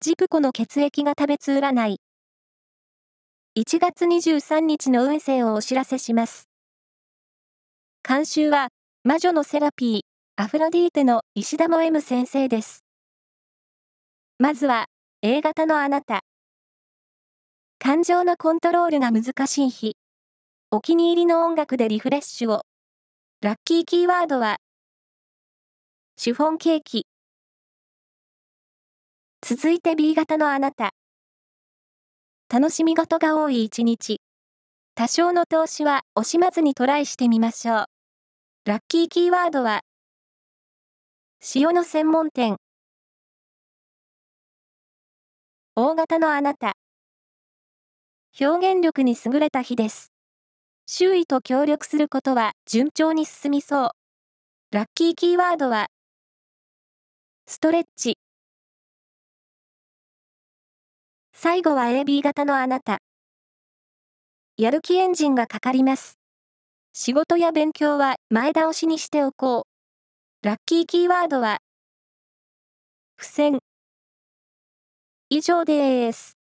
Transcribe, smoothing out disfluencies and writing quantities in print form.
ジプコの血液が食べつ占い。1月23日の運勢をお知らせします。監修は、魔女のセラピー、アフロディーテの石田も M 先生です。まずは、A 型のあなた。感情のコントロールが難しい日。お気に入りの音楽でリフレッシュを。ラッキーキーワードは、シフォンケーキ。続いて B 型のあなた。楽しみ事が多い一日。多少の投資は惜しまずにトライしてみましょう。ラッキーキーワードは、塩の専門店。O 型のあなた。表現力に優れた日です。周囲と協力することは順調に進みそう。ラッキーキーワードは、ストレッチ。最後は AB 型のあなた。やる気エンジンがかかります。仕事や勉強は前倒しにしておこう。ラッキーキーワードは、付箋。以上です。